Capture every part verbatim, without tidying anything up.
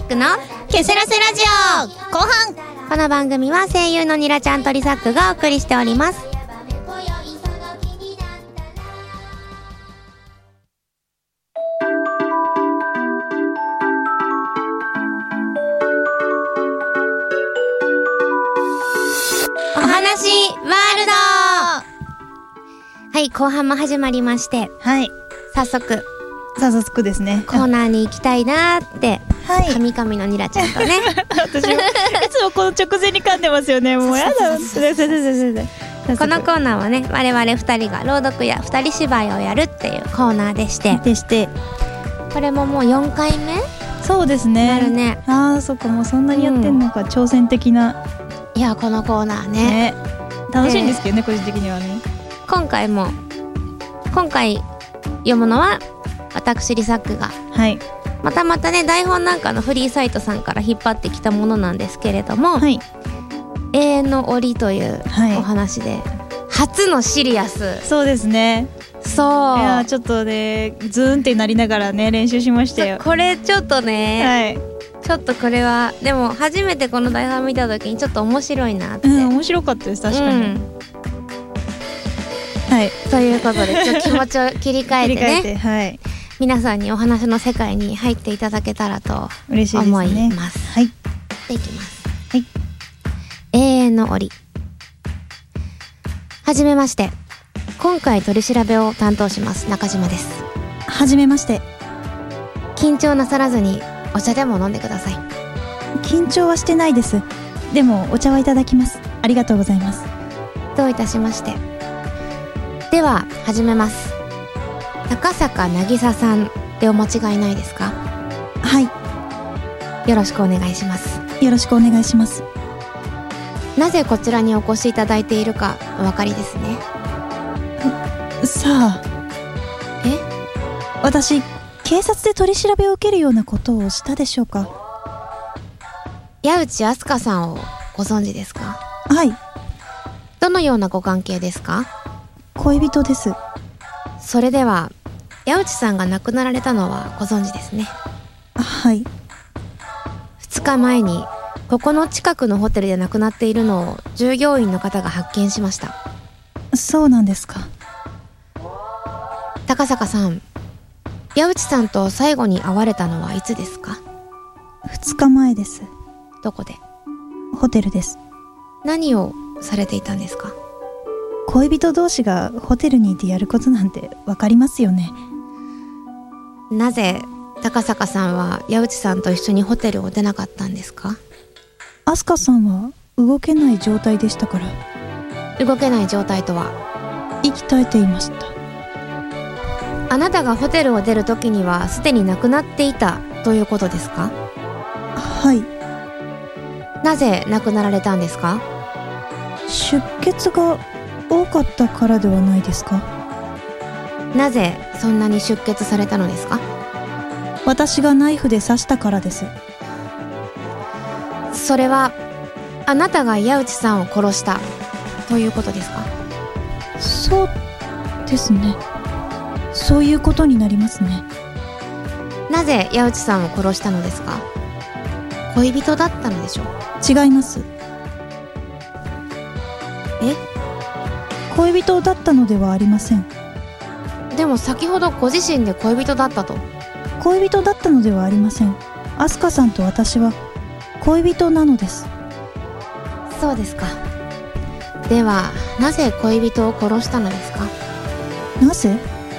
ックのケセラセラジオ後半。この番組は声優のニラちゃんとリサックがお送りしております。お話ワールド。はい、後半も始まりまして、 はい、 早速早速ですね、 コーナーに行きたいなーって、はい、神々のニラちゃんとね私もいつもこの直前に噛んでますよね。もうやだ。このコーナーはね、我々ふたりが朗読やふたり芝居をやるっていうコーナーでしてでしてこれももうよんかいめ。 そうですね。 なるね。 ああ、そっか、もうそんなにやってんのか、うん、挑戦的な。 いや、このコーナーね、ね、 楽しいんですけどね、個人的にはね。 今回も今回読むのは私リサックが、 はい、 またまたね、台本なんかのフリーサイトさんから引っ張ってきたものなんですけれども、 はい、 永遠の檻というお話で、はい、初のシリアス。 そうですね。 そう、 いやちょっとね、ズーンってなりながらね練習しましたよ。 これちょっとね、はい、ちょっとこれはでも初めてこの台本見た時にちょっと面白いなって、うん、 面白かったです。確かに、うん、はい、 ということでちょっと気持ちを切り替えてね切り替えて、はい、皆さんにお話の世界に入っていただけたらと思います。 嬉しいですね。はい、 でいきます。 はい、 永遠の檻。はじめまして、今回取り調べを担当します中島です。 はじめまして。 緊張なさらずにお茶でも飲んでください。 緊張はしてないです。でもお茶はいただきます。ありがとうございます。 どういたしまして。では始めます。高坂渚さんでお間違いないですか？ はい、 よろしくお願いします。 よろしくお願いします。 なぜこちらにお越しいただいているかお分かりですね。 さあ、 え？ 私警察で取り調べを受けるようなことをしたでしょうか？ 矢内明日香さんをご存知ですか？ はい。 どのようなご関係ですか？ 恋人です。 それでは矢内さんが亡くなられたのはご存知ですね。 はい。 ふつかまえにここの近くのホテルで亡くなっているのを従業員の方が発見しました。 そうなんですか。 高坂さん、矢内さんと最後に会われたのはいつですか？ ふつかまえです。 どこで？ ホテルです。 何をされていたんですか？ 恋人同士がホテルにいてやることなんてわかりますよね。 なぜ高坂さんは矢内さんと一緒にホテルを出なかったんですか？ 明日香さんは動けない状態でしたから。 動けない状態とは？ 息絶えていました。 あなたがホテルを出る時にはすでに亡くなっていたということですか？ はい。 なぜ亡くなられたんですか？ 出血が多かったからではないですか？ なぜそんなに出血されたのですか？ 私がナイフで刺したからです。 それはあなたが矢内さんを殺したということですか？ そうですね。そういうことになりますね。 なぜ矢内さんを殺したのですか？恋人だったのでしょう？ 違います。 え？ 恋人だったのではありません。 でも先ほどご自身で恋人だったと。 恋人だったのではありません。明日香さんと私は恋人なのです。 そうですか。ではなぜ恋人を殺したのですか？ なぜ？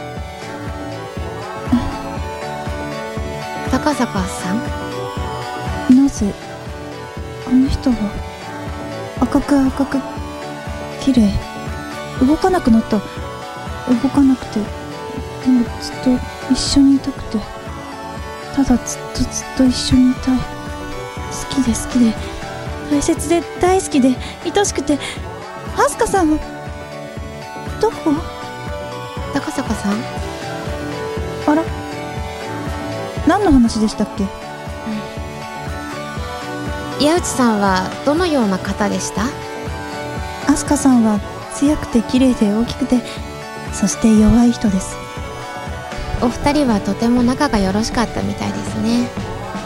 高坂さん？ なぜあの人は赤く赤く綺麗。動かなくなった。動かなくて、でもずっと一緒にいたくて、ただずっとずっと一緒にいたい。好きで好きで大切で大好きで愛しくて。明日香さんはどこ？ 高坂さん？ あら、何の話でしたっけ？ うん、矢内さんはどのような方でした？ 明日香さんは強くて綺麗で大きくて、そして弱い人です。 お二人はとても仲がよろしかったみたいですね。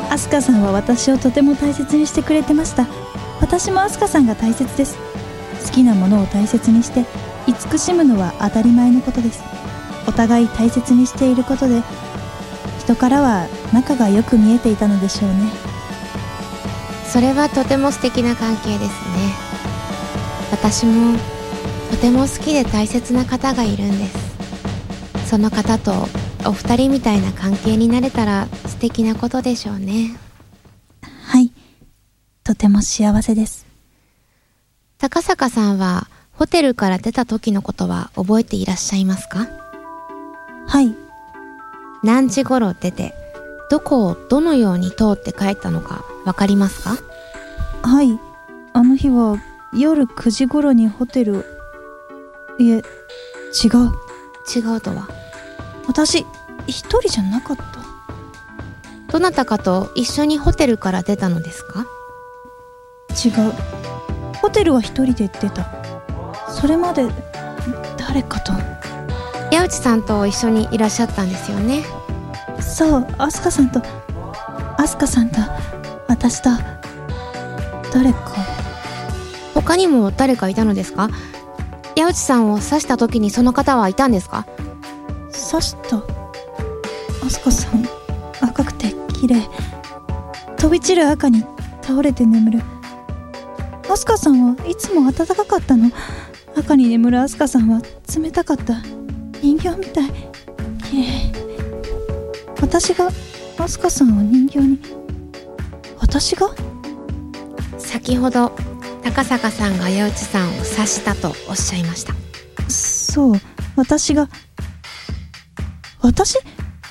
アスカさんは私をとても大切にしてくれてました。私もアスカさんが大切です。好きなものを大切にして慈しむのは当たり前のことです。お互い大切にしていることで人からは仲がよく見えていたのでしょうね。 それはとても素敵な関係ですね。私もとても好きで大切な方がいるんです。その方とお二人みたいな関係になれたら素敵なことでしょうね。 はい、とても幸せです。 高坂さんはホテルから出た時のことは覚えていらっしゃいますか？ はい。 何時頃出て、どこをどのように通って帰ったのかわかりますか？ はい、あの日は夜くじ頃にホテル、いえ、違う。 違うとは？ 私、一人じゃなかった。 どなたかと一緒にホテルから出たのですか？ 違う。ホテルは一人で出た。それまで誰かと。 矢内さんと一緒にいらっしゃったんですよね。 そう、アスカさんとアスカさんと私と誰か。 他にも誰かいたのですか？矢内さんを刺した時にその方はいたんですか？ 刺した。アスカさん、赤くて綺麗。飛び散る赤に倒れて眠る。アスカさんはいつも暖かかったの。赤に眠るアスカさんは冷たかった。人形みたい。綺麗。私がアスカさんを人形に。私が？ 先ほど高坂さんが矢内さんを刺したとおっしゃいました。 そう、私が。私？違う。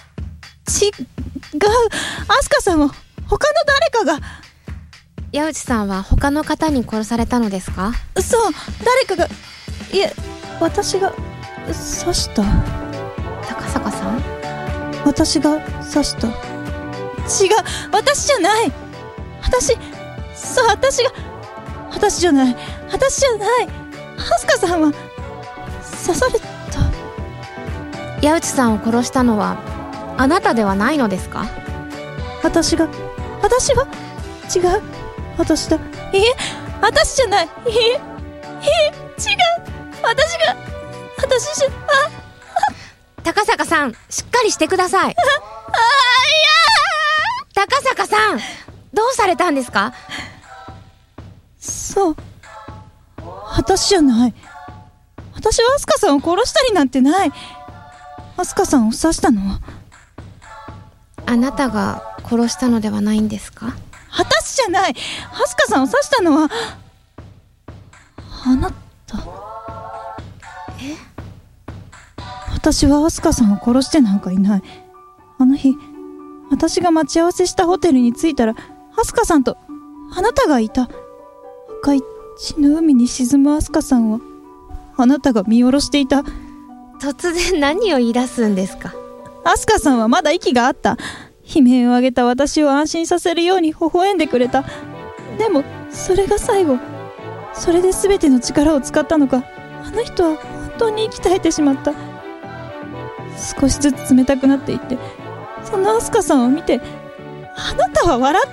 アスカさんを他の誰かが。 矢内さんは他の方に殺されたのですか？ そう、誰かが。いえ、私が刺した。 高坂さん？ 私が刺した。違う、私じゃない。私、そう、私が。私じゃない。私じゃない。アスカさんは刺された。 矢内さんを殺したのはあなたではないのですか？ 私が。私は違う。私だ。いえ、私じゃない。いえ、いえ、違う。私が。私じゃ。あ、 高坂さん、しっかりしてください。あ、あ、いやー。高坂さん、どうされたんですか？ そう、私じゃない。私はアスカさんを殺したりなんてない。アスカさんを刺したのはあなたが殺したのではないんですか？ 私じゃない。アスカさんを刺したのはあなた。 え？ 私はアスカさんを殺してなんかいない。あの日私が待ち合わせしたホテルに着いたらアスカさんとあなたがいた。赤い血の海に沈むアスカさんをあなたが見下ろしていた。 突然何を言い出すんですか？ アスカさんはまだ息があった。悲鳴を上げた私を安心させるように微笑んでくれた。でもそれが最後。それで全ての力を使ったのか、あの人は本当に息絶えてしまった。少しずつ冷たくなっていって、そのアスカさんを見て、あなたは笑った。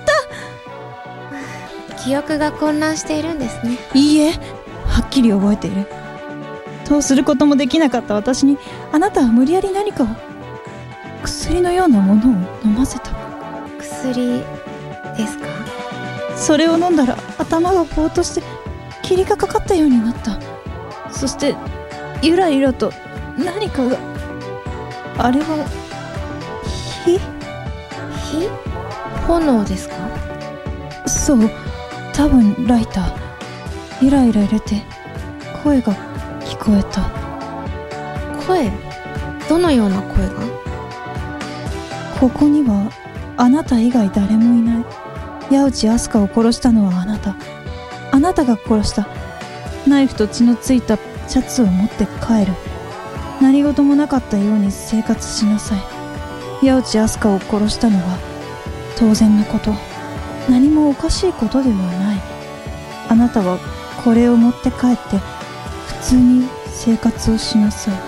記憶が混乱しているんですね。 いいえ、はっきり覚えている。どうすることもできなかった私に、あなたは無理やり何かを、薬のようなものを飲ませた。 薬ですか？ それを飲んだら頭がぼーっとして霧がかかったようになった。そしてゆらゆらと何かが。あれは火？ 火？炎ですか？ そう、多分ライター。ゆらゆら入れて声が聞こえた。 声？どのような声が？ ここにはあなた以外誰もいない。矢内明日香を殺したのはあなた。あなたが殺した。ナイフと血のついたシャツを持って帰る。何事もなかったように生活しなさい。矢内明日香を殺したのは当然のこと。何もおかしいことではない。あなたはこれを持って帰って普通に生活をしなさい。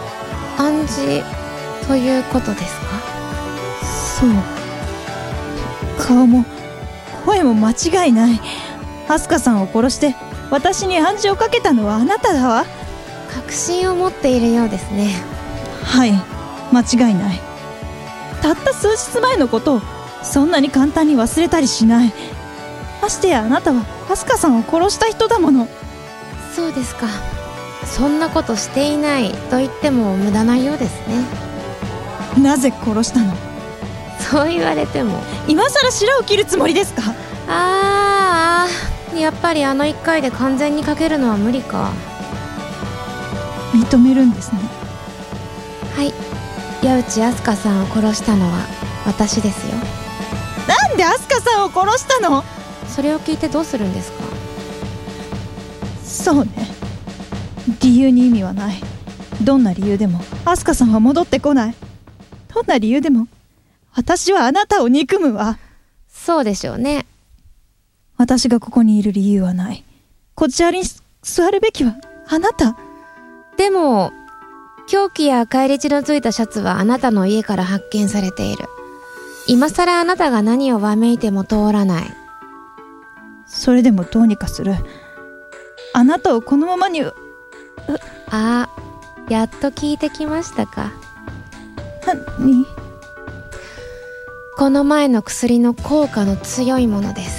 暗示ということですか？ そう。 顔も声も間違いない。アスカさんを殺して私に暗示をかけたのはあなただわ。 確信を持っているようですね。 はい、間違いない。たった数日前のことをそんなに簡単に忘れたりしない。ましてやあなたはアスカさんを殺した人だもの。 そうですか。そんなことしていないと言っても無駄なようですね。 なぜ殺したの？ そう言われても。 今さら白を切るつもりですか？ ああ、やっぱりあの一回で完全にかけるのは無理か。 認めるんですね。 はい、矢内あすかさんを殺したのは私ですよ。 なんであすかさんを殺したの？ それを聞いてどうするんですか？ そうね、理由に意味はない。どんな理由でもあすかさんは戻ってこない。どんな理由でも私はあなたを憎むわ。 そうでしょうね。 私がここにいる理由はない。こちらに座るべきはあなた。 でも凶器や返り血のついたシャツはあなたの家から発見されている。今さらあなたが何をわめいても通らない。 それでもどうにかする。あなたをこのままに。ああ、やっと聞いてきましたか。 何？ この前の薬の効果の強いものです。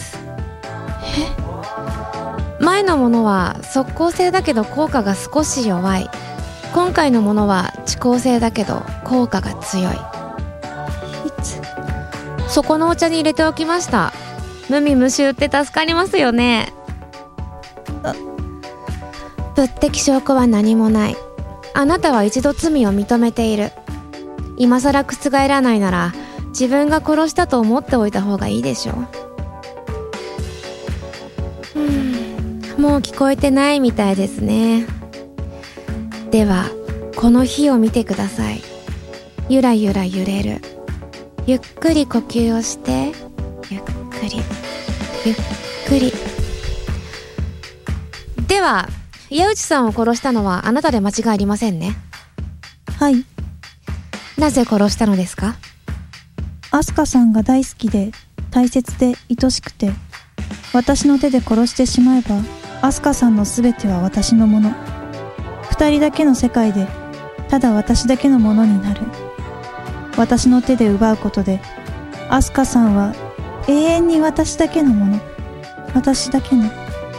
え？ 前のものは即効性だけど効果が少し弱い。今回のものは遅効性だけど効果が強い。いつ？ そこのお茶に入れておきました。無味無臭って助かりますよね。物的証拠は何もない。あなたは一度罪を認めている。今さら覆らないなら自分が殺したと思っておいた方がいいでしょう。うーん、もう聞こえてないみたいですね。ではこの火を見てください。ゆらゆら揺れる。ゆっくり呼吸をして、ゆっくりゆっくり。では矢内さんを殺したのはあなたで間違いありませんね。 はい。 なぜ殺したのですか？ アスカさんが大好きで大切で愛しくて、私の手で殺してしまえばアスカさんのすべては私のもの。二人だけの世界でただ私だけのものになる。私の手で奪うことでアスカさんは永遠に私だけのもの。私だけの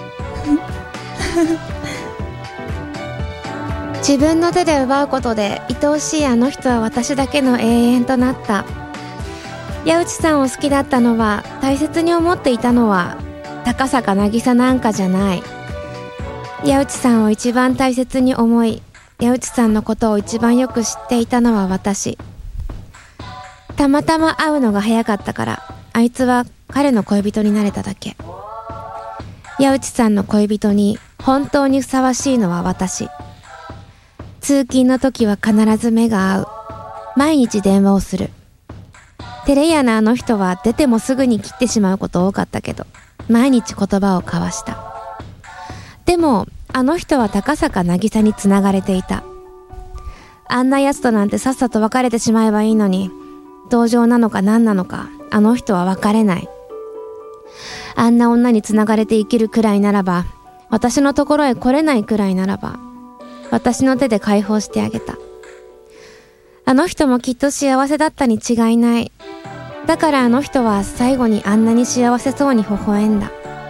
自分の手で奪うことで愛おしいあの人は私だけの永遠となった。矢内さんを好きだったのは、大切に思っていたのは高坂渚なんかじゃない。矢内さんを一番大切に思い、矢内さんのことを一番よく知っていたのは私。たまたま会うのが早かったから、あいつは彼の恋人になれただけ。矢内さんの恋人に本当にふさわしいのは私。通勤の時は必ず目が合う。毎日電話をする。照れ屋なあの人は出てもすぐに切ってしまうこと多かったけど、毎日言葉を交わした。でもあの人は高坂渚に繋がれていた。あんな奴となんてさっさと別れてしまえばいいのに、同情なのか何なのかあの人は別れない。あんな女に繋がれて生きるくらいならば、私のところへ来れないくらいならば、私の手で解放してあげた。あの人もきっと幸せだったに違いない。だからあの人は最後にあんなに幸せそうに微笑んだ。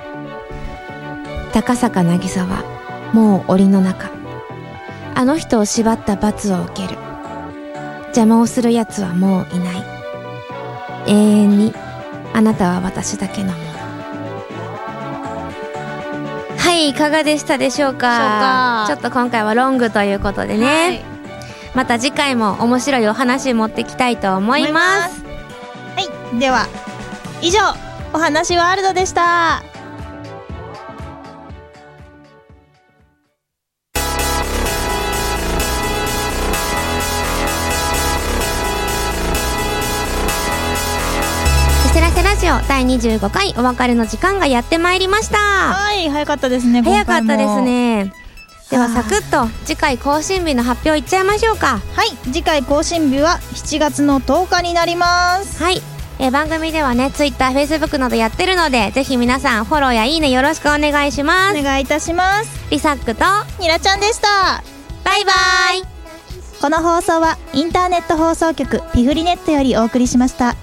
高坂渚はもう檻の中。あの人を縛った罰を受ける。邪魔をする奴はもういない。永遠にあなたは私だけのもの。はい、いかがでしたでしょうか。ちょっと今回はロングということでね、はい、また次回も面白いお話持ってきたいと思います。 はい、では以上、お話ワールドでした。 ラジオだいにじゅうごかいお別れの時間がやってまいりました。 はい、早かったですね。 早かったですね。ではサクッと次回更新日の発表いっちゃいましょうか。 はい、次回更新日はしちがつのとおかになります。 はい、 えー、番組ではね Twitter、Facebook などやってるので、ぜひ皆さんフォローやいいねよろしくお願いします。 お願いいたします。 リサックとニラちゃんでした。 バイバイ。 この放送はインターネット放送局ピフリネットよりお送りしました。